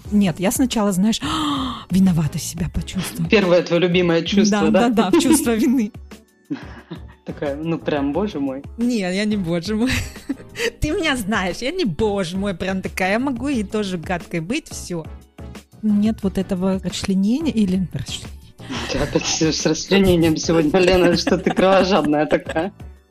Нет, я сначала, знаешь, виновата себя почувствовала. Первое твое любимое чувство, да? Да, чувство вины. Такая, прям, боже мой. Нет, я не боже мой. Ты меня знаешь, я не боже мой, прям такая, я могу и тоже гадкой быть, все. Нет вот этого расчленения или... У тебя опять с расчленением сегодня, Лена, что ты кровожадная такая.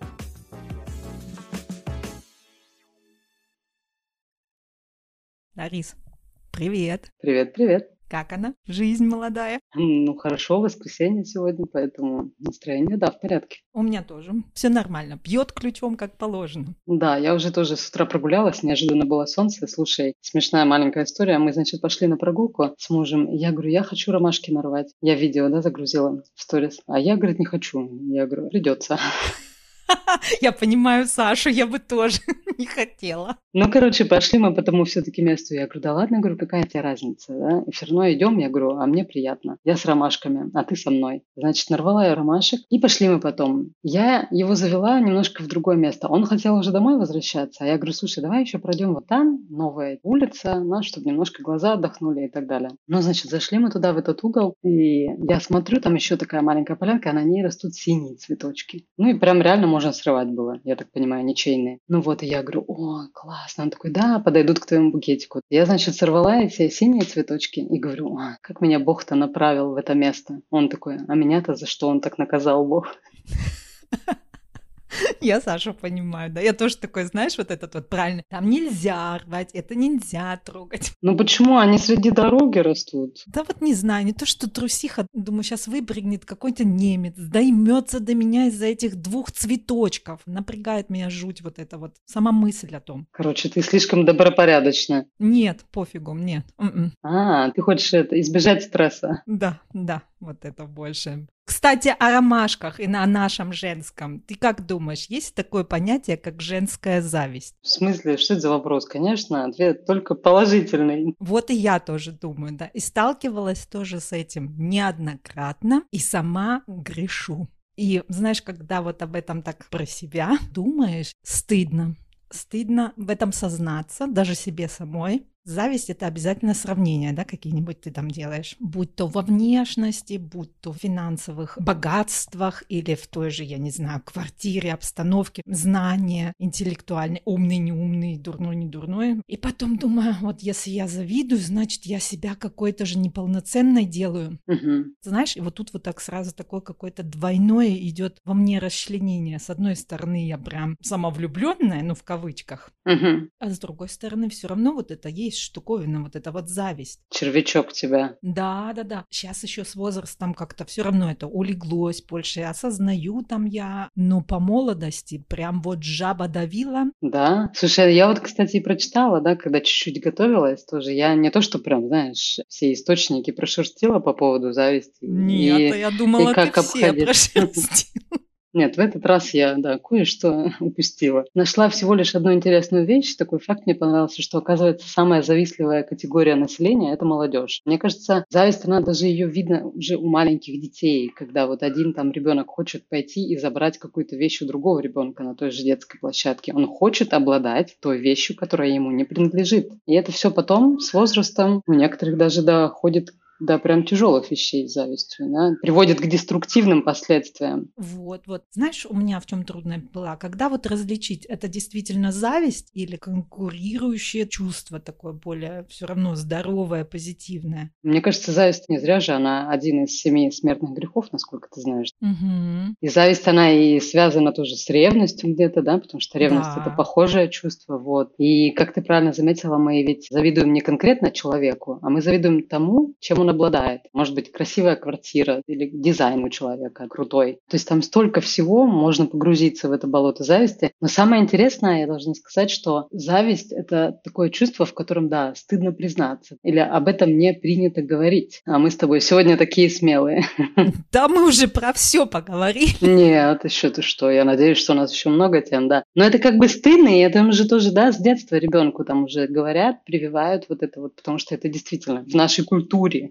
Ларис, привет. Привет. Как она? Жизнь молодая? Хорошо, воскресенье сегодня, поэтому настроение, да, в порядке. У меня тоже. Все нормально. Бьет ключом, как положено. Да, я уже тоже с утра прогулялась, неожиданно было солнце. Слушай, смешная маленькая история. Мы, значит, пошли на прогулку с мужем. Я говорю, я хочу ромашки нарвать. Я видео, да, загрузила в сторис. А я, говорит, не хочу. Я говорю, придется. Я понимаю Сашу, я бы тоже не хотела. Пошли мы по тому все-таки месту. Я говорю, да ладно, говорю, какая тебе разница, да? И все равно идем, я говорю, а мне приятно. Я с ромашками, а ты со мной. Значит, нарвала я ромашек, и пошли мы потом. Я его завела немножко в другое место. Он хотел уже домой возвращаться, а я говорю, слушай, давай еще пройдем вот там, новая улица, чтобы немножко глаза отдохнули и так далее. Значит, зашли мы туда, в этот угол, и я смотрю, там еще такая маленькая полянка, а на ней растут синие цветочки. И прям реально можно срывать было, я так понимаю, ничейные. И я говорю, о, классно. Он такой, да, подойдут к твоему букетику. Я, значит, сорвала эти синие цветочки и говорю, как меня Бог-то направил в это место. Он такой, а меня-то за что он так наказал, Бог? Я Сашу понимаю, да. Я тоже такой, знаешь, вот этот вот правильно. Там нельзя рвать, это нельзя трогать. Почему? Они среди дороги растут. Да вот не знаю, не то, что трусиха, думаю, сейчас выпрыгнет какой-то немец, доймется до меня из-за этих 2 цветочков. Напрягает меня жуть вот эта вот сама мысль о том. Ты слишком добропорядочная. Нет, пофигу, нет. Ты хочешь избежать стресса. Да, вот это больше. Кстати, о ромашках и о нашем женском. Ты как думаешь, есть такое понятие, как женская зависть? В смысле, что это за вопрос? Конечно, ответ только положительный. Вот и я тоже думаю, да. И сталкивалась тоже с этим неоднократно, и сама грешу. И знаешь, когда вот об этом так про себя думаешь, стыдно. Стыдно в этом сознаться, даже себе самой. Зависть – это обязательно сравнения, да, какие-нибудь ты там делаешь. Будь то во внешности, будь то в финансовых богатствах или в той же, я не знаю, квартире, обстановке, знания интеллектуальные, умный, неумный, дурной, не дурной. И потом думаю, вот если я завидую, значит, я себя какой-то же неполноценной делаю. Знаешь, и вот тут вот так сразу такое какое-то двойное идет во мне расчленение. С одной стороны, я прям самовлюбленная, в кавычках, а с другой стороны, все равно вот это есть штуковина, вот эта вот зависть. Червячок тебя. Да. Сейчас еще с возрастом как-то все равно это улеглось больше. Осознаю там я, но по молодости прям вот жаба давила. Да. Слушай, я вот, кстати, и прочитала, да, когда чуть-чуть готовилась тоже. Я не то, что прям, знаешь, все источники прошерстила по поводу зависти. Нет, я думала, ты все прошерстила. Нет, в этот раз я, кое-что упустила. Нашла всего лишь одну интересную вещь. Такой факт мне понравился, что, оказывается, самая завистливая категория населения – это молодежь. Мне кажется, зависть, она даже ее видно уже у маленьких детей, когда вот один там ребенок хочет пойти и забрать какую-то вещь у другого ребенка на той же детской площадке. Он хочет обладать той вещью, которая ему не принадлежит. И это все потом с возрастом у некоторых даже доходит до прям тяжелых вещей с завистью, да, приводит к деструктивным последствиям. Вот. Знаешь, у меня в чем трудная была, когда вот различить, это действительно зависть или конкурирующее чувство такое более все равно здоровое, позитивное? Мне кажется, зависть не зря же, она один из 7 смертных грехов, насколько ты знаешь. И зависть, она и связана тоже с ревностью где-то, да, потому что ревность – это похожее чувство, вот. И, как ты правильно заметила, мы ведь завидуем не конкретно человеку, а мы завидуем тому, чем он обладает. Может быть, красивая квартира или дизайн у человека крутой. То есть там столько всего, можно погрузиться в это болото зависти. Но самое интересное, я должна сказать, что зависть – это такое чувство, в котором, да, стыдно признаться. Или об этом не принято говорить. А мы с тобой сегодня такие смелые. Да, мы уже про все поговорили. Нет, еще ты что? Я надеюсь, что у нас еще много тем, да. Но это как бы стыдно, и это же тоже, да, с детства ребенку там уже говорят, прививают вот это вот, потому что это действительно в нашей культуре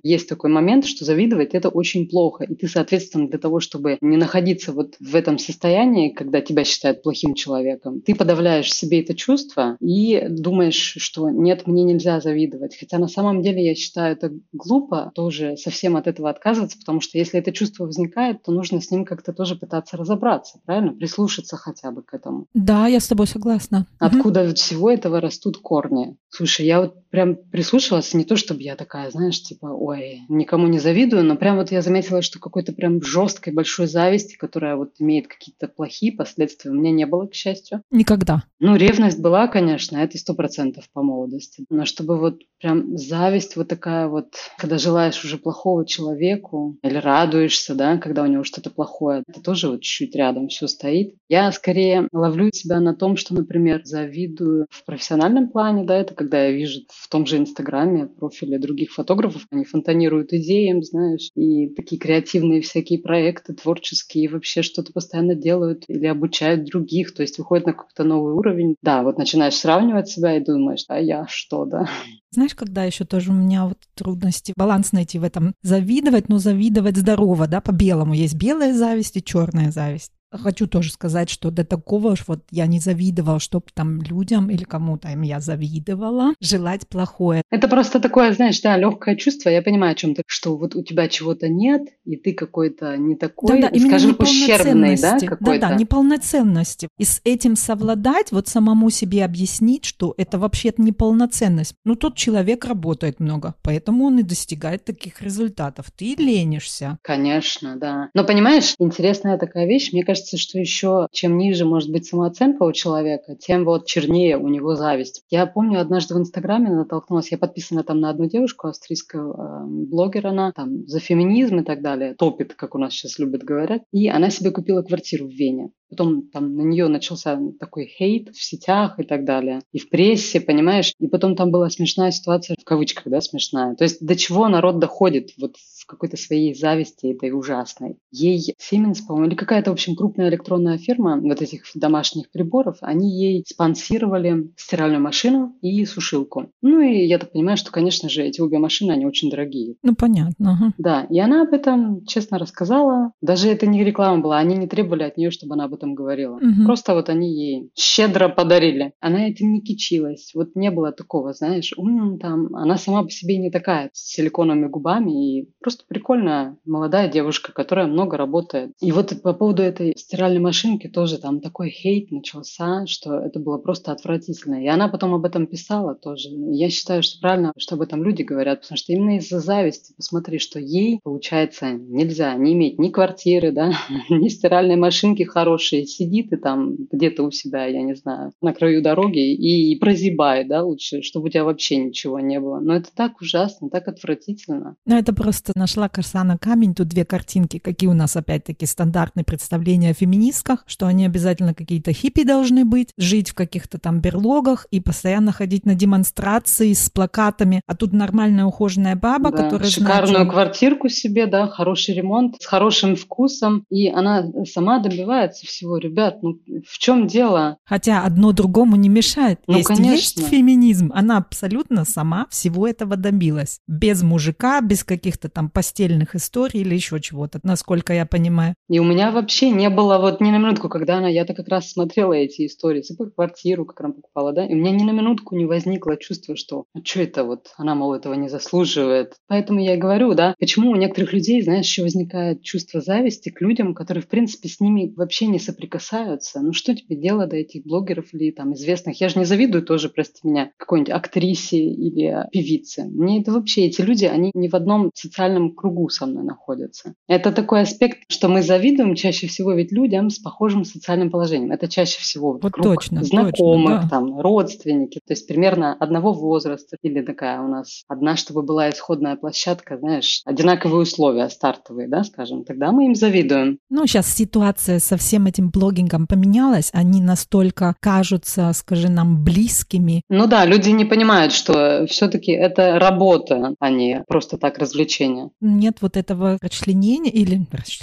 есть такой момент, что завидовать – это очень плохо. И ты, соответственно, для того, чтобы не находиться вот в этом состоянии, когда тебя считают плохим человеком, ты подавляешь в себе это чувство и думаешь, что нет, мне нельзя завидовать. Хотя на самом деле я считаю это глупо тоже совсем от этого отказываться, потому что если это чувство возникает, то нужно с ним как-то тоже пытаться разобраться, правильно? Прислушаться хотя бы к этому. Да, я с тобой согласна. Откуда от всего этого растут корни? Слушай, я вот прям прислушалась, не то чтобы я такая, знаешь, типа, ой, никому не завидую, но прям вот я заметила, что какой-то прям жесткой большой зависти, которая вот имеет какие-то плохие последствия, у меня не было, к счастью. Никогда. Ну, ревность была, конечно, это 100% по молодости. Но чтобы вот прям зависть вот такая вот, когда желаешь уже плохого человеку или радуешься, да, когда у него что-то плохое, это тоже вот чуть-чуть рядом все стоит. Я скорее ловлю себя на том, что, например, завидую в профессиональном плане, да, это когда я вижу в том же Инстаграме профили других фотографов, они фонтанируют идеями, знаешь, и такие креативные всякие проекты, творческие, и вообще что-то постоянно делают или обучают других, то есть выходят на какой-то новый уровень. Да, вот начинаешь сравнивать себя и думаешь, а я что, да? Знаешь, когда еще тоже у меня вот трудности, баланс найти в этом. Завидовать, но завидовать здорово, да, по-белому. Есть белая зависть и черная зависть. Хочу тоже сказать, что до такого уж вот я не завидовала, чтоб там людям или кому-то им я завидовала, желать плохое. Это просто такое, знаешь, да, легкое чувство. Я понимаю, о чем ты, что вот у тебя чего-то нет, и ты какой-то не такой, Да-да, именно скажем, ущербный, да, неполноценности. какой-то. Да-да, неполноценности. И с этим совладать, вот самому себе объяснить, что это вообще-то неполноценность. Ну, тот человек работает много, поэтому он и достигает таких результатов. Ты ленишься. Конечно, да. Но понимаешь, интересная такая вещь. Мне кажется, что еще чем ниже может быть самооценка у человека, тем вот чернее у него зависть. Я помню, однажды в Инстаграме натолкнулась, я подписана там на одну девушку, австрийского блогера, она там за феминизм и так далее, топит, как у нас сейчас любят говорить, и она себе купила квартиру в Вене. Потом там на нее начался такой хейт в сетях и так далее. И в прессе, понимаешь? И потом там была смешная ситуация, в кавычках, да, смешная. То есть до чего народ доходит вот в какой-то своей зависти этой ужасной. Ей Siemens, по-моему, или какая-то, в общем, крупная электронная фирма вот этих домашних приборов, они ей спонсировали стиральную машину и сушилку. Ну и я так понимаю, что, конечно же, эти обе машины, они очень дорогие. Ну, понятно. Ага. Да, и она об этом честно рассказала. Даже это не реклама была, они не требовали от нее, чтобы она об этом говорила. Просто вот они ей щедро подарили. Она этим не кичилась. Вот не было такого, знаешь, там, она сама по себе не такая, с силиконовыми губами, и просто прикольная молодая девушка, которая много работает. И вот по поводу этой стиральной машинки тоже там такой хейт начался, что это было просто отвратительно. И она потом об этом писала тоже. И я считаю, что правильно, что об этом люди говорят, потому что именно из-за зависти, посмотри, что ей, получается, нельзя не иметь ни квартиры, да, ни стиральной машинки хорошей, сидит и там где-то у себя, я не знаю, на краю дороги и прозябает, да, лучше, чтобы у тебя вообще ничего не было. Но это так ужасно, так отвратительно. Ну, это просто нашла коса на камень, тут две картинки, какие у нас опять-таки стандартные представления о феминистках, что они обязательно какие-то хиппи должны быть, жить в каких-то там берлогах и постоянно ходить на демонстрации с плакатами, а тут нормальная ухоженная баба, Да, которая шикарную знает, квартирку себе, да, хороший ремонт, с хорошим вкусом, и она сама добивается всего. Ребят, ну в чем дело? Хотя одно другому не мешает. Ну, Есть конечно. феминизм. Она абсолютно сама всего этого добилась. Без мужика, без каких-то там постельных историй или еще чего-то, насколько я понимаю. И у меня вообще не было вот ни на минутку, когда я-то как раз смотрела эти истории, типа квартиру, как она покупала, да, и у меня ни на минутку не возникло чувство, что что это вот, она, мол, этого не заслуживает. Поэтому я и говорю, да, почему у некоторых людей, знаешь, еще возникает чувство зависти к людям, которые, в принципе, с ними вообще не соприкасаются. Ну что тебе дело до этих блогеров или там известных? Я же не завидую тоже, прости меня, какой-нибудь актрисе или певице. Мне это вообще, эти люди, они не в одном социальном кругу со мной находятся. Это такой аспект, что мы завидуем чаще всего ведь людям с похожим социальным положением. Это чаще всего Вот круг точно, знакомых, да. там, родственники, то есть примерно одного возраста. Или такая у нас одна, чтобы была исходная площадка, знаешь, одинаковые условия стартовые, да, скажем. Тогда мы им завидуем. Ну, сейчас ситуация со всем этим блогингом поменялась. Они настолько кажутся, скажи нам, близкими. Ну да, люди не понимают, что все-таки это работа, а не просто так развлечение. Нет вот этого расчленения или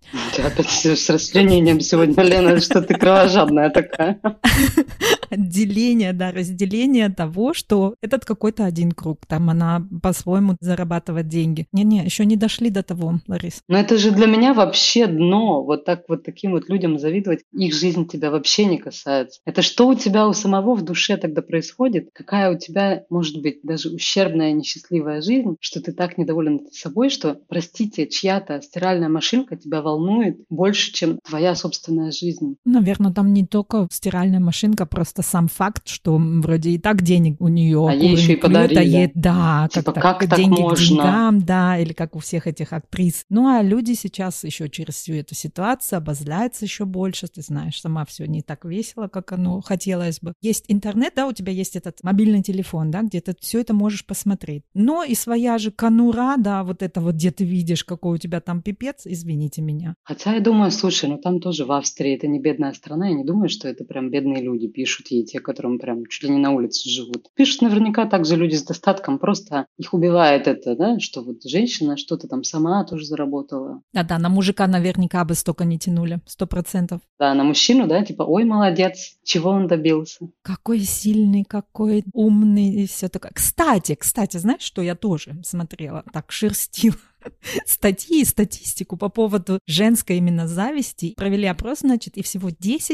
У тебя опять с расчленением сегодня, Лена, что ты кровожадная такая. Отделение, да, разделение того, что этот какой-то один круг, там она по-своему зарабатывает деньги. Не-не, еще не дошли до того, Ларис. Но это же для меня вообще дно. Вот так вот таким вот людям завидовать, их жизнь тебя вообще не касается. Это что у тебя у самого в душе тогда происходит? Какая у тебя, может быть, даже ущербная, несчастливая жизнь, что ты так недоволен собой, что, простите, чья-то стиральная машинка тебя волнует больше, чем твоя собственная жизнь. Наверное, там не только стиральная машинка, просто сам факт, что вроде и так денег у нее А ей еще и подарили. да, Типа, как как так деньги можно? к деньгам, да, или как у всех этих актрис. Ну, а люди сейчас еще через всю эту ситуацию обозляются еще больше, ты знаешь, сама все не так весело, как оно хотелось бы. Есть интернет, да, у тебя есть этот мобильный телефон, да, где ты все это можешь посмотреть. Но и своя же конура, да, вот это вот, где ты видишь, какой у тебя там пипец, извините меня. Хотя я думаю, слушай, ну там тоже в Австрии это не бедная страна, я не думаю, что это прям бедные люди пишут ей, те, которым прям чуть ли не на улице живут. Пишут наверняка также люди с достатком, просто их убивает это, да, что вот женщина что-то там сама тоже заработала. Да-да, на мужика наверняка бы столько не тянули, 100%. Да, на мужчину, да, типа, ой, молодец, чего он добился. Какой сильный, какой умный и все такое. Кстати, знаешь, что я тоже смотрела, так шерстила статьи и статистику по поводу женской именно зависти. Провели опрос, значит, и всего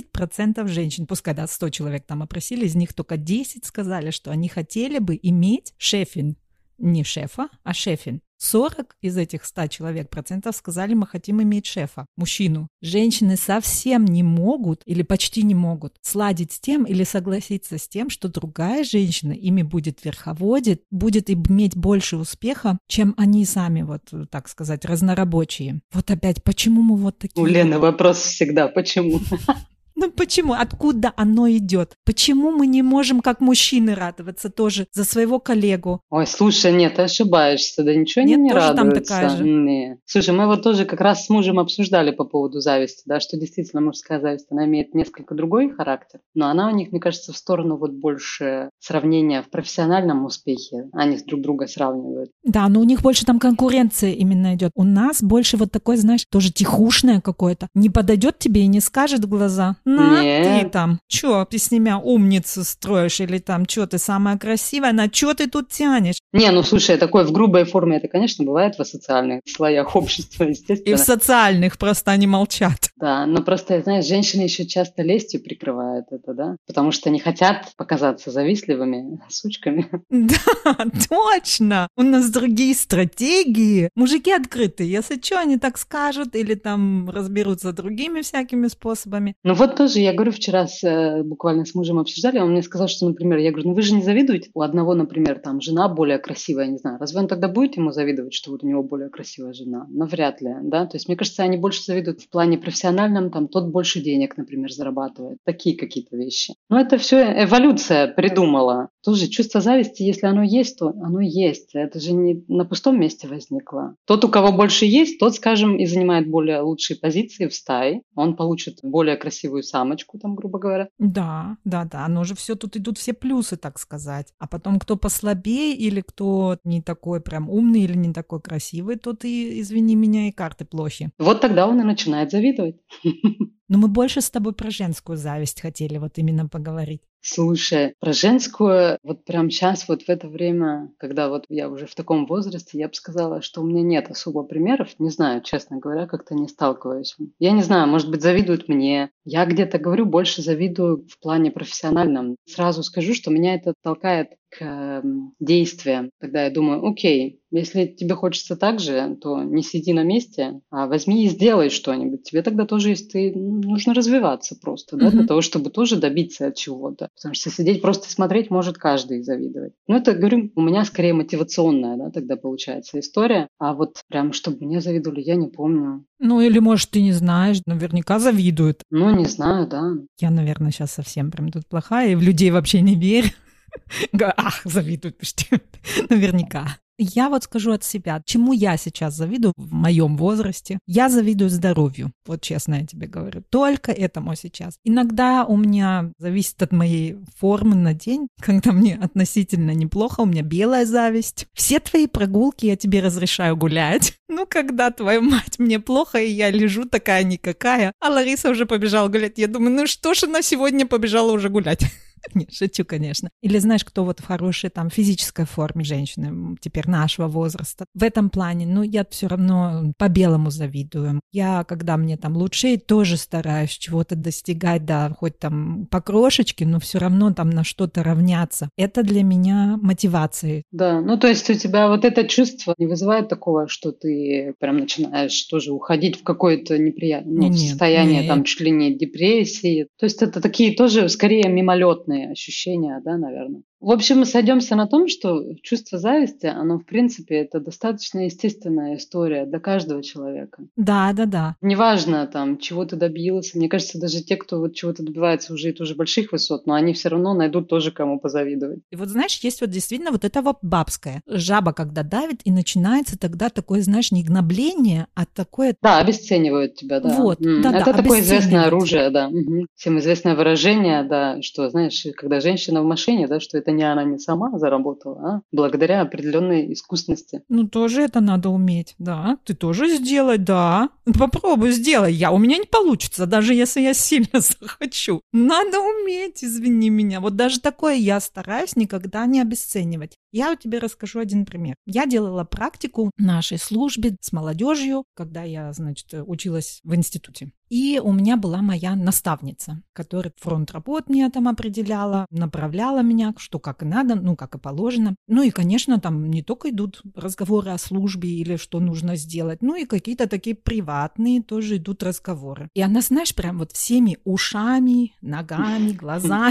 10% женщин, пускай, да, 100 человек там опросили, из них только 10 сказали, что они хотели бы иметь шефин. Не шефа, а шефин. 40 из этих 100 человек процентов сказали, мы хотим иметь шефа, мужчину. Женщины совсем не могут или почти не могут сладить с тем или согласиться с тем, что другая женщина ими будет верховодить, будет иметь больше успеха, чем они сами, вот так сказать, разнорабочие. Вот опять, почему мы вот такие? У Лены вопрос всегда, почему? Ну почему? Откуда оно идет? Почему мы не можем, как мужчины, радоваться тоже за своего коллегу? Ой, слушай, нет, ты ошибаешься, да ничего Нет, они не тоже там радуются. такая же. Не. Слушай, мы вот тоже как раз с мужем обсуждали по поводу зависти, да, что действительно мужская зависть, она имеет несколько другой характер, но она у них, мне кажется, в сторону вот больше сравнения в профессиональном успехе, они друг друга сравнивают. Да, но у них больше там конкуренция именно идет. У нас больше вот такое, знаешь, тоже тихушное какое-то. Не подойдет тебе и не скажет в глаза. На, Нет. ты там, чё, ты с ними умницу строишь, или там, чё, ты самая красивая, на чё ты тут тянешь? Не, ну слушай, такое в грубой форме, это, конечно, бывает в социальных слоях общества, естественно. И в социальных просто они молчат. Да, но просто, знаешь, женщины еще часто лестью прикрывают это, да, потому что не хотят показаться завистливыми сучками. Да, точно. У нас другие стратегии. Мужики открытые. Если что, они так скажут или там разберутся другими всякими способами. Ну вот тоже, я говорю, вчера буквально с мужем обсуждали, он мне сказал, что, например, я говорю, ну вы же не завидуете? У одного, например, там жена более красивая, не знаю, разве он тогда будет ему завидовать, что вот у него более красивая жена? Навряд ли, да, то есть мне кажется, они больше завидуют в плане профессиональном, там тот больше денег, например, зарабатывает, такие какие-то вещи. Но это все эволюция придумала. Тоже чувство зависти, если оно есть, то оно есть, это же не на пустом месте возникло. Тот, у кого больше есть, тот, скажем, и занимает более лучшие позиции в стае, он получит более красивую самочку, там, грубо говоря. Да, оно же все, тут идут все плюсы, так сказать. А потом, кто послабее или кто не такой прям умный или не такой красивый, тот и, извини меня, и карты плохи. Вот тогда он и начинает завидовать. Но мы больше с тобой про женскую зависть хотели вот именно поговорить. Слушай, про женскую, вот прям сейчас, вот в это время, когда вот я уже в таком возрасте, я бы сказала, что у меня нет особо примеров. Не знаю, честно говоря, как-то не сталкиваюсь. Я не знаю, может быть, завидуют мне. Я где-то, говорю, больше завидую в плане профессиональном. Сразу скажу, что меня это толкает к действиям. Тогда я думаю, окей, если тебе хочется так же, то не сиди на месте, а возьми и сделай что-нибудь. Тебе тогда тоже, если нужно развиваться просто, да, для того, чтобы тоже добиться от чего-то. Потому что сидеть просто смотреть может каждый завидовать. Ну, это, говорю, у меня скорее мотивационная, да, тогда получается история. А вот прям, чтобы мне завидовали, я не помню. Ну, или, может, ты не знаешь, наверняка завидуют. Ну, не знаю, да. Я, наверное, сейчас совсем прям тут плохая, и в людей вообще не верю. Ах, завидуют почти. Наверняка. Я вот скажу от себя, чему я сейчас завидую в моем возрасте. Я завидую здоровью, вот честно я тебе говорю. Только этому сейчас. Иногда у меня зависит от моей формы на день, когда мне относительно неплохо, у меня белая зависть. Все твои прогулки я тебе разрешаю гулять. Ну, когда, твою мать, мне плохо, и я лежу такая никакая, а Лариса уже побежала гулять. Я думаю, ну что ж она сегодня побежала уже гулять? Нет, шучу, конечно. Или знаешь, кто вот в хорошей там физической форме женщины, теперь нашего возраста. В этом плане, ну, я все равно по-белому завидую. Я, когда мне там лучше, тоже стараюсь чего-то достигать, да, хоть там по крошечке, но все равно там на что-то равняться. Это для меня мотивация. Да, ну то есть у тебя вот это чувство не вызывает такого, что ты прям начинаешь тоже уходить в какое-то неприятное состояние, нет. там чуть ли не депрессии. То есть это такие тоже скорее мимолетные ощущения, да, наверное. В общем, мы сойдемся на том, что чувство зависти, оно, в принципе, это достаточно естественная история для каждого человека. Да, да, да. Неважно, там, чего ты добился. Мне кажется, даже те, кто вот чего-то добивается уже и тоже больших высот, но они все равно найдут тоже кому позавидовать. И вот, знаешь, есть вот действительно вот это вот бабское. Жаба, когда давит, и начинается тогда такое, знаешь, не гнобление, а такое... Да, обесценивают тебя, да. Вот, да-да, Это такое известное обесценивают. оружие, да. Всем известное выражение, да, что, знаешь, когда женщина в машине, да, что это не она не сама заработала, а благодаря определенной искусности. Ну, тоже это надо уметь, да. Ты тоже сделай, да. Попробуй, сделай. У меня не получится, даже если я сильно захочу. Надо уметь, извини меня. Вот даже такое я стараюсь никогда не обесценивать. Я тебе расскажу один пример. Я делала практику в нашей службе с молодежью, когда я, значит, училась в институте. И у меня была моя наставница, которая фронт работ мне там определяла, направляла меня, что как и надо, ну, как и положено. Ну, и, конечно, там не только идут разговоры о службе или что нужно сделать, ну, и какие-то такие приватные тоже идут разговоры. И она, знаешь, прям вот всеми ушами, ногами, глазами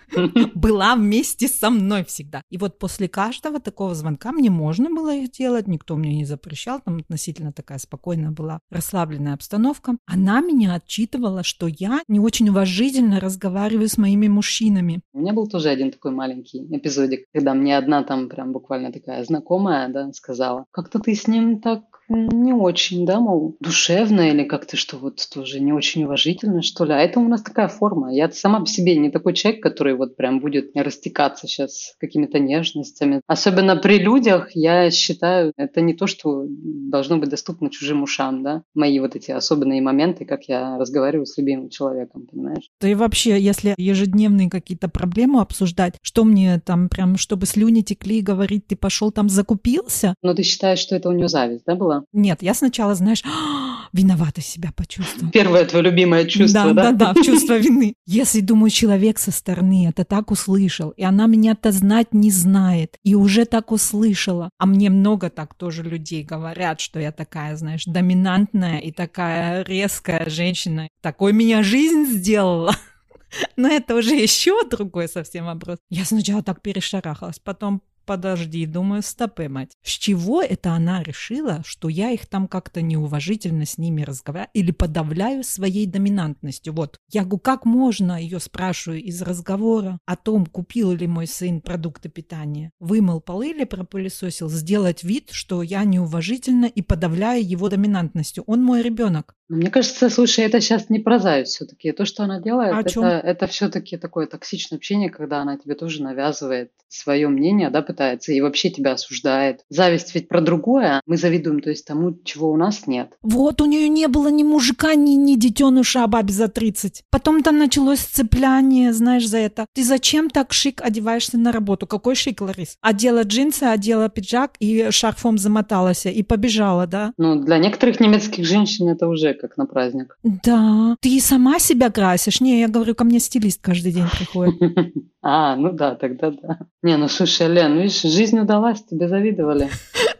была вместе со мной всегда. И вот после каждого такого звонка мне можно было их делать, никто мне не запрещал, там относительно такая спокойная была, расслабленная обстановка. Она меня отчитывала, что я не очень уважительно разговариваю с моими мужчинами. У меня был тоже один такой маленький эпизодик, когда мне одна там прям буквально такая знакомая, да, сказала, как-то ты с ним так не очень, да, мол, душевно или как-то, что вот тоже не очень уважительно, что ли. А это у нас такая форма. Я сама по себе не такой человек, который вот прям будет растекаться сейчас какими-то нежностями. Особенно при людях, я считаю, это не то, что должно быть доступно чужим ушам, да. Мои вот эти особенные моменты, как я разговариваю с любимым человеком, понимаешь? Да и вообще, если ежедневные какие-то проблемы обсуждать, что мне там прям, чтобы слюни текли и говорить, ты пошел там закупился? Но ты считаешь, что это у нее зависть, да, была? Нет, я сначала, знаешь, виновата себя почувствовала. Первое твое любимое чувство, да? Да, чувство вины. Если, думаю, человек со стороны это так услышал, и она меня-то знать не знает, и уже так услышала, а мне много так тоже людей говорят, что я такая, знаешь, доминантная и такая резкая женщина. Такой меня жизнь сделала. Но это уже еще другой совсем вопрос. Я сначала так перешарахалась, потом подожди, думаю, стопы, мать. С чего это она решила, что я их там как-то неуважительно с ними разговариваю или подавляю своей доминантностью? Вот. Я говорю, как можно, ее спрашиваю из разговора о том, купил ли мой сын продукты питания, вымыл полы или пропылесосил, сделать вид, что я неуважительно и подавляю его доминантностью. Он мой ребенок. Мне кажется, слушай, это сейчас не про зависть все-таки. То, что она делает, О это все-таки такое токсичное общение, когда она тебе тоже навязывает свое мнение, да, пытается и вообще тебя осуждает. Зависть ведь про другое. Мы завидуем, то есть тому, чего у нас нет. Вот у нее не было ни мужика, ни детеныша, а бабе за 30. Потом там началось сцепляние, знаешь, за это. Ты зачем так шик одеваешься на работу? Какой шик, Ларис? Одела джинсы, одела пиджак и шарфом замоталась и побежала, да? Ну, для некоторых немецких женщин это уже как на праздник. Да. Ты сама себя красишь? Не, я говорю, ко мне стилист каждый день приходит. Ну да, тогда да. Не, ну слушай, Лен, видишь, жизнь удалась, тебе завидовали.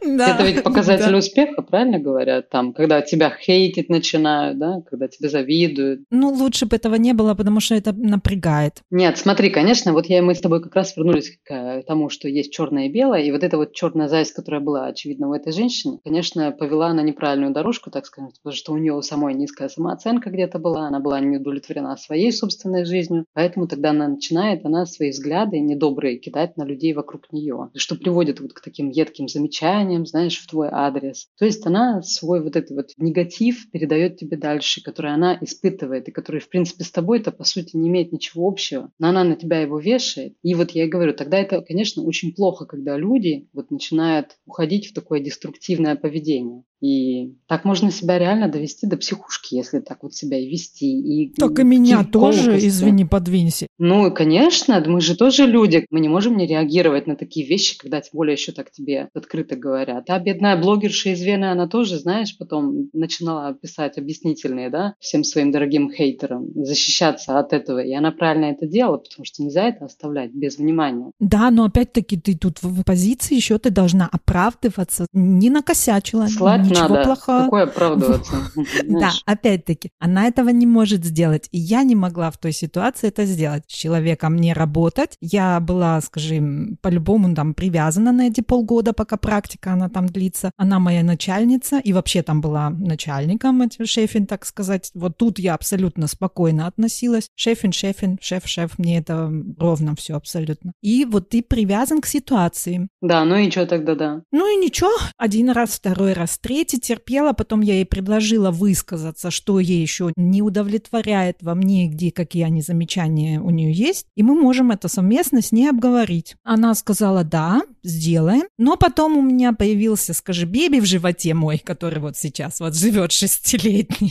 Это ведь показатель успеха, правильно говорят? Там, когда тебя хейтить начинают, да, когда тебе завидуют. Ну, лучше бы этого не было, потому что это напрягает. Нет, смотри, конечно, вот мы с тобой как раз вернулись к тому, что есть черное и белое, и вот эта вот черная зависть, которая была очевидна у этой женщины, конечно, повела на неправильную дорожку, так сказать, потому что у нее у самой низкая самооценка где-то была, она была не удовлетворена своей собственной жизнью, поэтому тогда она свои взгляды недобрые кидать на людей вокруг нее, что приводит вот к таким едким замечаниям, знаешь, в твой адрес. То есть она свой вот этот вот негатив передает тебе дальше, который она испытывает, и который, в принципе, с тобой-то, по сути, не имеет ничего общего, но она на тебя его вешает. И вот я и говорю, тогда это, конечно, очень плохо, когда люди вот начинают уходить в такое деструктивное поведение. И так можно себя реально довести до психушки, если так вот себя и вести. Так и меня тоже, извини, подвинься. Ну, конечно, мы же тоже люди. Мы не можем не реагировать на такие вещи, когда тем более еще так тебе открыто говорят. А бедная блогерша из Вены, она тоже, знаешь, потом начинала писать объяснительные, да, всем своим дорогим хейтерам, защищаться от этого. И она правильно это делала, потому что нельзя это оставлять без внимания. Да, но опять-таки ты тут в позиции еще ты должна оправдываться. Не накосячила, слать ничего надо. плохого. Какое оправдываться? Да, опять-таки, она этого не может сделать. И я не могла в той ситуации это сделать. С человеком не работать. Я была, скажем, по-любому там привязана на эти полгода, пока практика она там длится. Она моя начальница и вообще там была начальником, шефин, так сказать. Вот тут я абсолютно спокойно относилась. Шефин, шеф, мне это ровно все абсолютно. И вот ты привязан к ситуации. Да, ну и что тогда, да? Ну и ничего, один раз, второй раз, третий терпела, потом я ей предложила высказаться, что ей еще не удовлетворяет во мне, где какие они замечания у нее есть, и мы можем это совместно с ней обговорить. Она сказала, да, сделаем, но потом у меня появился, скажи, беби в животе мой, который вот сейчас вот живет 6-летний,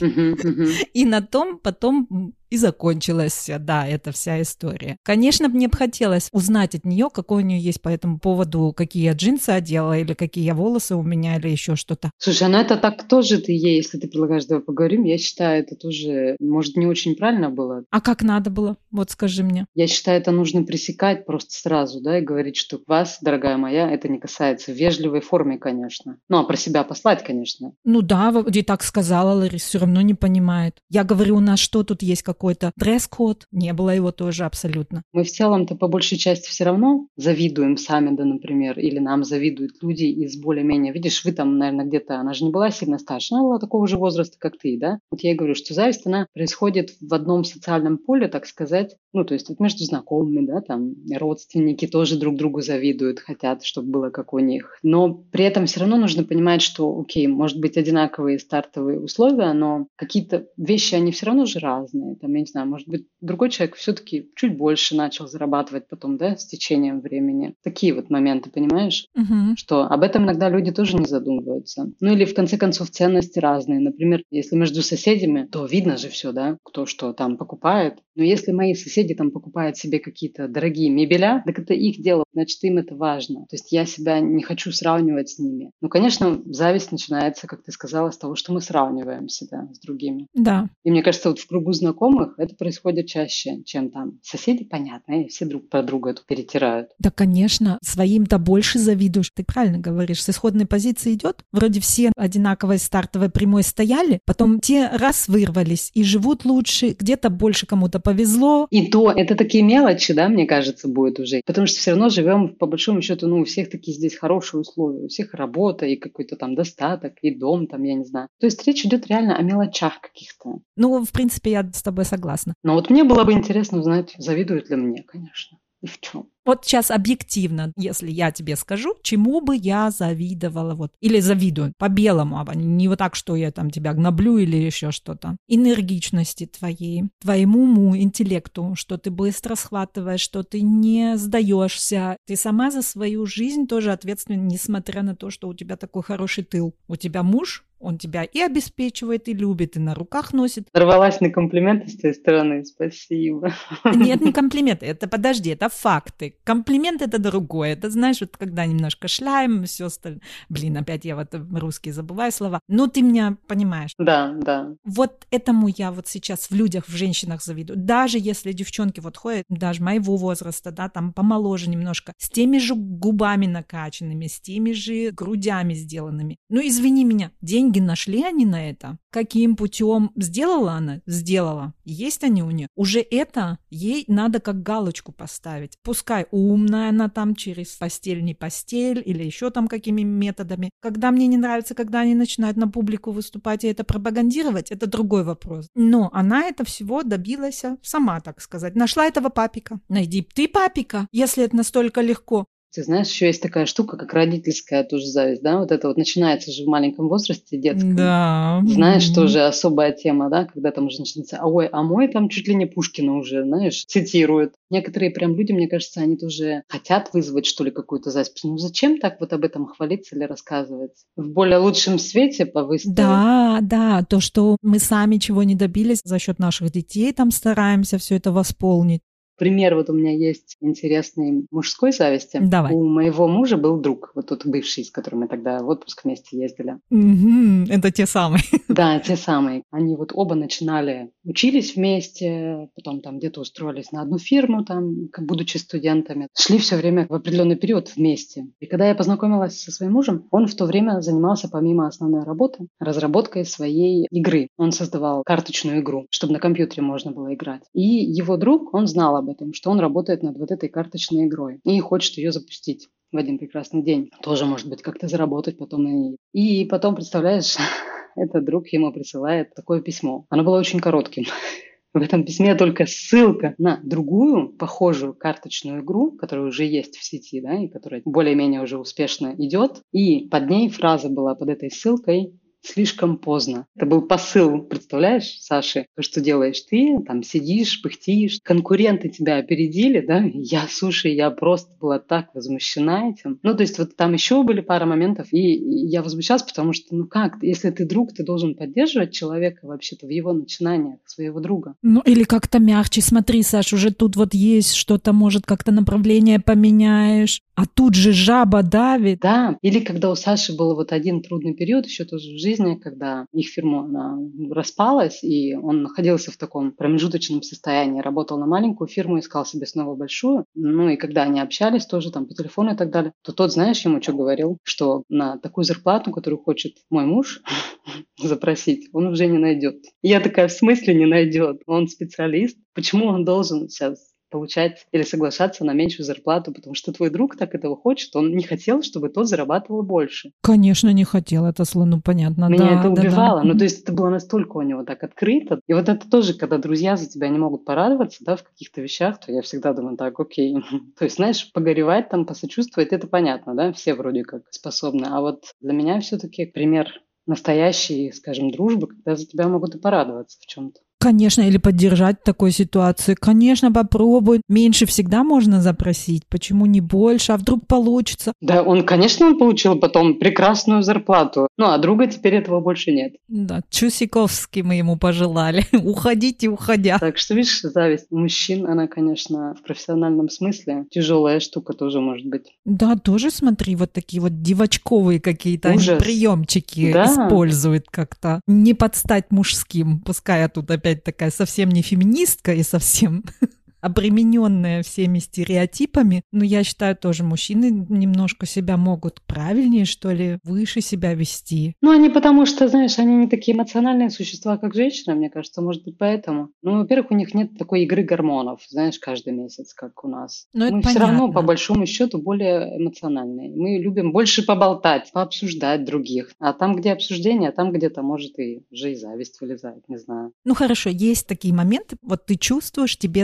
и на том потом и закончилась, да, эта вся история. Конечно, мне бы хотелось узнать от нее, какой у нее есть по этому поводу, какие я джинсы одела, или какие волосы у меня, или еще что-то. Слушай, ну это так тоже ты ей, если ты предлагаешь, давай поговорим, я считаю, это тоже, может, не очень правильно было. А как надо было? Вот скажи мне. Я считаю, это нужно пресекать просто сразу, да, и говорить, что вас, дорогая моя, это не касается. В вежливой форме, конечно. Ну, а про себя послать, конечно. Ну да, вроде так сказала, Ларис все равно не понимает. Я говорю, у нас что тут есть какой-то дресс-код? Не было его тоже абсолютно. Мы в целом-то по большей части все равно завидуем сами, да, например, или нам завидуют люди из более-менее... Видишь, вы там, наверное, где-то... Она же не была сильно старше, она была такого же возраста, как ты, да? Вот я и говорю, что зависть, она происходит в одном социальном поле, так сказать, ну, то есть вот между знакомыми, да, там родственники тоже друг другу завидуют, хотят, чтобы было как у них. Но при этом все равно нужно понимать, что, окей, может быть, одинаковые стартовые условия, но какие-то вещи, они все равно же разные. Там, я не знаю, может быть, другой человек все-таки чуть больше начал зарабатывать потом, да, с течением времени. Такие вот моменты, понимаешь? Что об этом иногда люди тоже не задумываются. Ну или, в конце концов, ценности разные. Например, если между соседями, то видно же все, да, кто что там покупает. Но если мои соседи там покупают себе какие-то дорогие мебеля, так это их дело, значит, им это важно. То есть я себя не хочу сравнивать с ними. Ну, конечно, зависть начинается, как ты сказала, с того, что мы сравниваем себя с другими. Да. И мне кажется, вот в кругу знакомых это происходит чаще, чем там соседи, понятно, и все друг про друга это перетирают. Да, конечно, своим-то больше завидуешь. Ты правильно говоришь, с исходной позиции идет. Вроде все одинаковой стартовой прямой стояли, потом те раз вырвались и живут лучше, где-то больше кому-то повезло. И то, это такие мелочи, да, мне кажется, будет уже. Потому что все равно живем, по большому счету, ну, у всех такие здесь хорошие условия. У всех работа и какой-то там достаток, и дом там, я не знаю. То есть речь идет реально о мелочах каких-то. Ну, в принципе, я с тобой согласна. Но вот мне было бы интересно узнать, завидуют ли мне, конечно. И в чем? Вот сейчас объективно, если я тебе скажу, чему бы я завидовала, вот, или завидую, по-белому, а не вот так, что я там тебя гноблю или еще что-то. Энергичности твоей, твоему уму, интеллекту, что ты быстро схватываешь, что ты не сдаешься. Ты сама за свою жизнь тоже ответственна, несмотря на то, что у тебя такой хороший тыл. У тебя муж, Он тебя и обеспечивает, и любит, и на руках носит. Нарвалась на комплименты с твоей стороны, спасибо. Нет, не комплименты, это подожди, это факты. Комплимент это другое. Это, знаешь, вот когда немножко шляем, все остальное. Блин, опять я вот русский забываю слова. Ну, ты меня понимаешь. Да, да. Вот этому я вот сейчас в людях, в женщинах завидую. Даже если девчонки вот ходят, даже моего возраста, да, там помоложе немножко, с теми же губами накачанными, с теми же грудями сделанными. Ну, извини меня, деньги нашли они на это? Каким путем сделала она? Сделала. Есть они у нее. Уже это ей надо как галочку поставить. Пускай умная она там через постель, не постель или еще там какими методами. Когда мне не нравится, когда они начинают на публику выступать и это пропагандировать, это другой вопрос. Но она это всего добилась сама, так сказать. Нашла этого папика. Найди ты папика, если это настолько легко. Ты знаешь, еще есть такая штука, как родительская тоже зависть, да? Вот это вот начинается же в маленьком возрасте, детском. Да. Знаешь, тоже особая тема, да? Когда там уже начинается, ой, а мой там чуть ли не Пушкина уже, знаешь, цитирует. Некоторые прям люди, мне кажется, они тоже хотят вызвать, что ли, какую-то зависть. Ну зачем так вот об этом хвалиться или рассказывать? В более лучшем свете повыставить. Да, то, что мы сами чего не добились за счет наших детей, там стараемся все это восполнить. Пример вот у меня есть интересный мужской зависти. Давай. У моего мужа был друг, вот тот бывший, с которым мы тогда в отпуск вместе ездили. Это те самые. Да, те самые. Они вот оба начинали, учились вместе, потом там где-то устроились на одну фирму, там, будучи студентами. Шли все время в определенный период вместе. И когда я познакомилась со своим мужем, он в то время занимался помимо основной работы разработкой своей игры. Он создавал карточную игру, чтобы на компьютере можно было играть. И его друг, он знал об этом, что он работает над вот этой карточной игрой и хочет ее запустить в один прекрасный день. Тоже, может быть, как-то заработать потом на ней. И потом, представляешь, этот друг ему присылает такое письмо. Оно было очень коротким. В этом письме только ссылка на другую, похожую карточную игру, которая уже есть в сети, да, и которая более-менее уже успешно идет. И под ней фраза была под этой ссылкой «слишком поздно». Это был посыл, представляешь, Саши? То, что делаешь ты, там сидишь, пыхтишь, конкуренты тебя опередили, да? Я просто была так возмущена этим. Ну, то есть вот там еще были пара моментов, и я возмущалась, потому что, ну как, если ты друг, ты должен поддерживать человека вообще-то в его начинаниях, своего друга. Ну, или как-то мягче. Смотри, Саш, уже тут вот есть что-то, может, как-то направление поменяешь, а тут же жаба давит. Да, или когда у Саши был вот один трудный период еще тоже в жизни, когда их фирма она распалась, и он находился в таком промежуточном состоянии, работал на маленькую фирму, искал себе снова большую. Ну и когда они общались тоже там по телефону и так далее, то тот, знаешь, ему что говорил, что на такую зарплату, которую хочет мой муж запросить, он уже не найдет. Я такая, в смысле не найдет? Он специалист. Почему он должен сейчас получать или соглашаться на меньшую зарплату, потому что твой друг так этого хочет, он не хотел, чтобы тот зарабатывал больше. Конечно, не хотел, это ну понятно. Меня это убивало, ну то есть это было настолько у него так открыто. И вот это тоже, когда друзья за тебя не могут порадоваться, да, в каких-то вещах, то я всегда думаю, так, окей. То есть, знаешь, погоревать там, посочувствовать, это понятно, да, все вроде как способны. А вот для меня все-таки пример настоящей, скажем, дружбы, когда за тебя могут и порадоваться в чем-то. Конечно, или поддержать в такой ситуации. Конечно, попробуй. Меньше всегда можно запросить. Почему не больше? А вдруг получится? Да, конечно, он получил потом прекрасную зарплату. Ну, а друга теперь этого больше нет. Да, Чусиковский мы ему пожелали. Уходите, уходя. Так что, видишь, зависть мужчин, она, конечно, в профессиональном смысле тяжелая штука тоже может быть. Да, тоже смотри, вот такие вот девочковые какие-то они приемчики используют как-то. Не подстать мужским. Пускай я тут опять такая совсем не феминистка и совсем обремененная всеми стереотипами, но я считаю, тоже мужчины немножко себя могут правильнее, что ли, выше себя вести. Ну, они потому что, знаешь, они не такие эмоциональные существа, как женщина, мне кажется, может быть, поэтому. Ну, во-первых, у них нет такой игры гормонов, знаешь, каждый месяц, как у нас. Но мы все равно, по большому счету, более эмоциональные. Мы любим больше поболтать, пообсуждать других. А там, где обсуждение, там где-то, может, и уже и зависть вылезает, не знаю. Ну, хорошо, есть такие моменты, вот ты чувствуешь, тебе завидуют.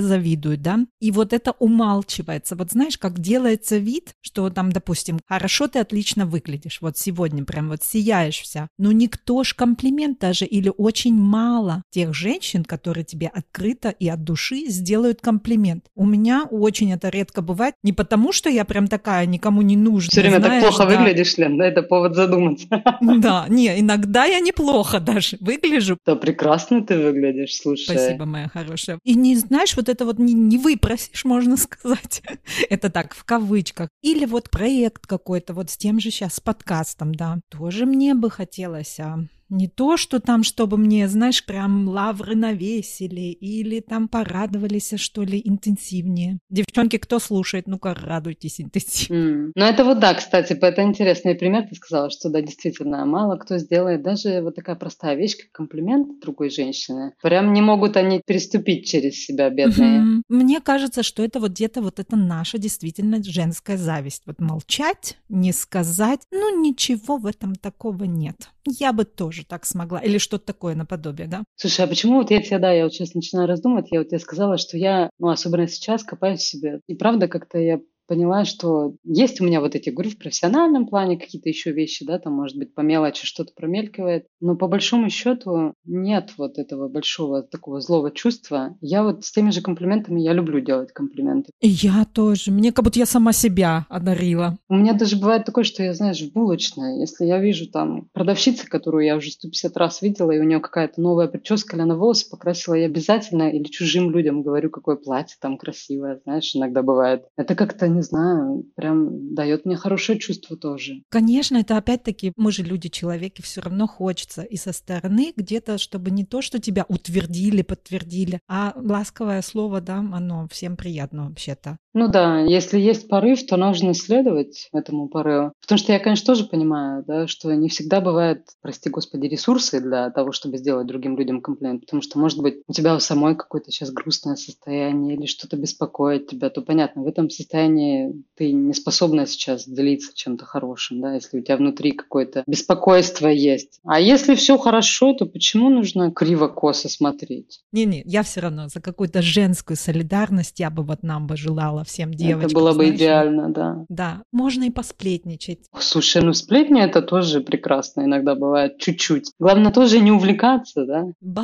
завидуют, да, и вот это умалчивается. Вот знаешь, как делается вид, что там, допустим, хорошо ты отлично выглядишь, вот сегодня прям вот сияешь вся, но никто ж комплимент даже или очень мало тех женщин, которые тебе открыто и от души сделают комплимент. У меня очень это редко бывает, не потому, что я прям такая никому не нужная, Все время так знаешь, плохо да. выглядишь, Лен, да, это повод задуматься. Да, не, иногда я неплохо даже выгляжу. Да, прекрасно ты выглядишь, слушай. Спасибо, моя хорошая. И не знаешь, вот это вот не выпросишь, можно сказать. Это так, в кавычках. Или вот проект какой-то, вот с тем же сейчас, с подкастом, да. Тоже мне бы хотелось, не то, что там, чтобы мне, знаешь, прям лавры навесили или там порадовались, что ли, интенсивнее. Девчонки, кто слушает, ну-ка, радуйтесь интенсивнее. Ну, это вот да, кстати, это интересный пример. Ты сказала, что да, действительно, мало кто сделает даже вот такая простая вещь, как комплимент другой женщине. Прям не могут они переступить через себя, бедные. Мне кажется, что это вот где-то вот это наша действительно женская зависть. Вот молчать, не сказать, ну ничего в этом такого нет. Я бы тоже так смогла. Или что-то такое наподобие, да? Слушай, а почему вот я вот сейчас начинаю раздумывать, я вот тебе сказала, что я, ну, особенно сейчас, копаюсь в себе. И правда, как-то я поняла, что есть у меня вот эти, говорю, в профессиональном плане какие-то еще вещи, да, там, может быть, по мелочи что-то промелькивает, но по большому счету нет вот этого большого такого злого чувства. Я вот с теми же комплиментами, я люблю делать комплименты. И я тоже. Мне как будто я сама себя одарила. У меня даже бывает такое, что я, знаешь, в булочной, если я вижу там продавщицу, которую я уже 150 раз видела, и у нее какая-то новая прическа, или она волосы покрасила, я обязательно или чужим людям говорю, какое платье там красивое, знаешь, иногда бывает. Это как-то, не знаю, прям дает мне хорошее чувство тоже. Конечно, это опять-таки, мы же люди, человеки, все равно хочется и со стороны где-то, чтобы не то, что тебя утвердили, подтвердили, а ласковое слово, да, оно всем приятно вообще-то. Ну да, если есть порыв, то нужно следовать этому порыву. Потому что я, конечно, тоже понимаю, да, что не всегда бывает, прости господи, ресурсы для того, чтобы сделать другим людям комплимент. Потому что, может быть, у тебя у самой какое-то сейчас грустное состояние или что-то беспокоит тебя, то понятно, в этом состоянии ты не способна сейчас делиться чем-то хорошим, да, если у тебя внутри какое-то беспокойство есть. А если все хорошо, то почему нужно криво-косо смотреть? Не-не, я все равно за какую-то женскую солидарность я бы вот нам бы желала всем девочкам. Это было бы знаешь, идеально, да. Да, можно и посплетничать. Слушай, ну сплетни это тоже прекрасно иногда бывает, чуть-чуть. Главное тоже не увлекаться, да?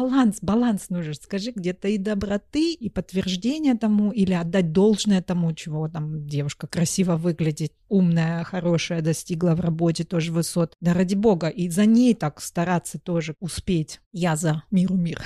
Баланс нужен. Скажи, где-то и доброты, и подтверждение тому, или отдать должное тому, чего там девушка красиво выглядит, умная, хорошая, достигла в работе тоже высот. Да ради бога, и за ней так стараться тоже успеть. Я за миру мир.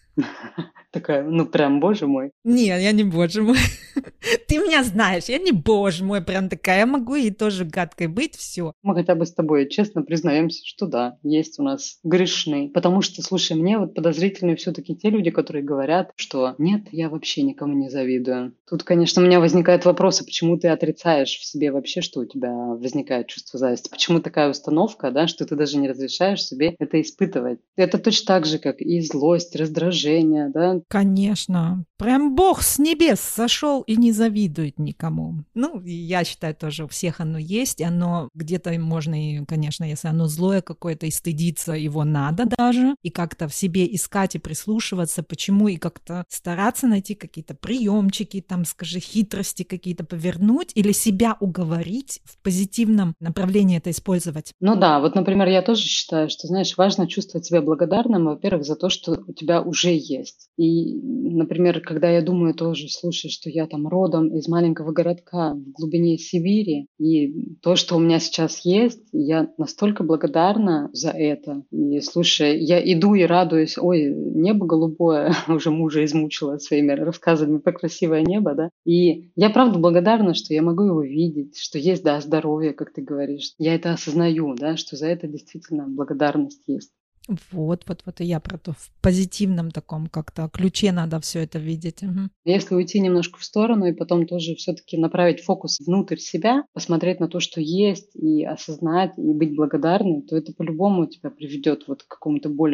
Такая, ну прям, боже мой. Нет, я не боже мой. Ты меня знаешь, я не боже мой, прям такая. Я могу и тоже гадкой быть, все. Мы хотя бы с тобой честно признаемся, что да, есть у нас грешные. Потому что, слушай, мне вот подозрительны все-таки те люди, которые говорят, что нет, я вообще никому не завидую. Тут, конечно, у меня возникает вопрос, а почему ты отрицаешь в себе вообще, что у тебя возникает чувство зависти? Почему такая установка, да, что ты даже не разрешаешь себе это испытывать? Это точно так же, как и злость, раздражение, да. Конечно. Прям Бог с небес сошел и не завидует никому. Ну, я считаю, тоже у всех оно есть, и оно где-то можно, и, конечно, если оно злое какое-то, и стыдиться его надо даже, и как-то в себе искать и прислушиваться, почему, и как-то стараться найти какие-то приемчики, там, скажи, хитрости какие-то повернуть, или себя уговорить в позитивном направлении это использовать. Ну да, вот, например, я тоже считаю, что, знаешь, важно чувствовать себя благодарным, во-первых, за то, что у тебя уже есть. И, например, когда я думаю тоже, слушай, что я там родом из маленького городка в глубине Сибири, и то, что у меня сейчас есть, я настолько благодарна за это. И, слушай, я иду и радуюсь, ой, небо голубое, уже мужа измучила своими рассказами про красивое небо, да. И я правда благодарна, что я могу его видеть, что есть, да, здоровье, как ты говоришь. Я это осознаю, да, что за это действительно благодарность есть. Вот, и я про то, в позитивном таком как-то ключе надо все это видеть. Мгм. Если уйти немножко в сторону и потом тоже все-таки направить фокус внутрь себя, посмотреть на то, что есть, и осознать, и быть благодарной, то это по-любому тебя приведет вот к какому-то более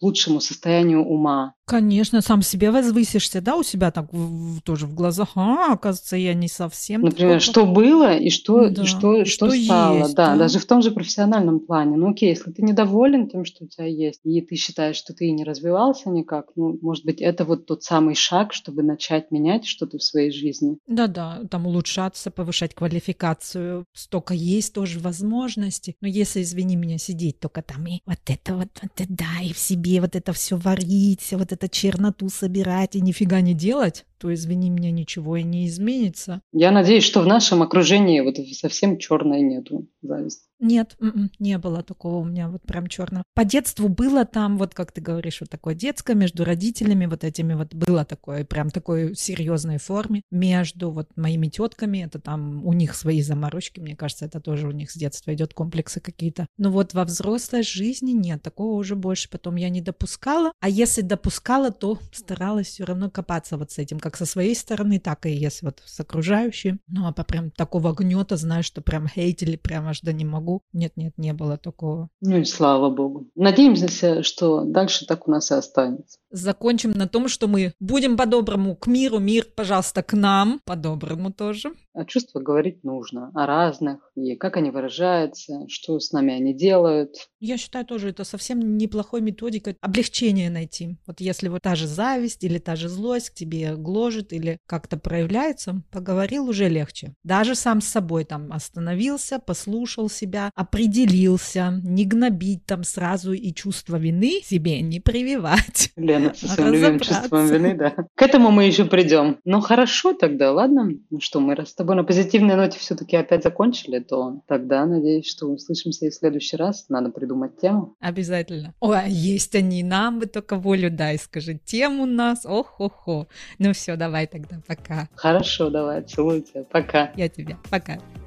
лучшему состоянию ума. Конечно, сам себе возвысишься, да, у себя так тоже в глазах. Оказывается, я не совсем Например, такой что было и что, да, что, и что что стало. есть, Да, да. даже в том же профессиональном плане. Ну окей, если ты недоволен тем, что у тебя есть, и ты считаешь, что ты не развивался никак, ну, может быть, это вот тот самый шаг, чтобы начать менять что-то в своей жизни. Да-да, там улучшаться, повышать квалификацию. Столько есть тоже возможностей. Но если, извини меня, сидеть только там и вот это да, и в себе вот это все варить, все вот это черноту собирать и нифига не делать, то, извини меня, ничего и не изменится. Я надеюсь, что в нашем окружении вот совсем черной нету зависти. Нет, не было такого у меня вот прям черного. По детству было там, вот как ты говоришь, вот такое детское между родителями, вот этими вот было такое, прям такой серьезной форме между вот моими тетками, это там у них свои заморочки, мне кажется, это тоже у них с детства идет комплексы какие-то. Но вот во взрослой жизни нет, такого уже больше потом я не допускала, а если допускала, то старалась все равно копаться вот с этим, как со своей стороны, так и если вот с окружающей. Ну, а по прям такого гнета, знаешь, что прям хейтили, прям аж да не могу. Нет, не было такого. Ну и слава богу. Надеемся, что дальше так у нас и останется. Закончим на том, что мы будем по-доброму к миру, мир, пожалуйста, к нам, по-доброму тоже. О чувствах говорить нужно, о разных, и как они выражаются, что с нами они делают. Я считаю тоже, это совсем неплохой методикой облегчения найти. Вот если вот та же зависть или та же злость к тебе гложет или как-то проявляется, поговорил уже легче. Даже сам с собой там остановился, послушал себя, определился, не гнобить там сразу и чувство вины себе не прививать. Лена со своим любимым чувством вины, да. К этому мы еще придем. Ну хорошо тогда, ладно? Ну что, мы раз с тобой на позитивной ноте все-таки опять закончили, то тогда надеюсь, что услышимся и в следующий раз. Надо придумать тему. Обязательно. Ой, а есть они, нам бы только волю дай, скажи, тем у нас, ох-хо-хо. Ну все, давай тогда, пока. Хорошо, давай, целую тебя, пока. Я тебя, пока.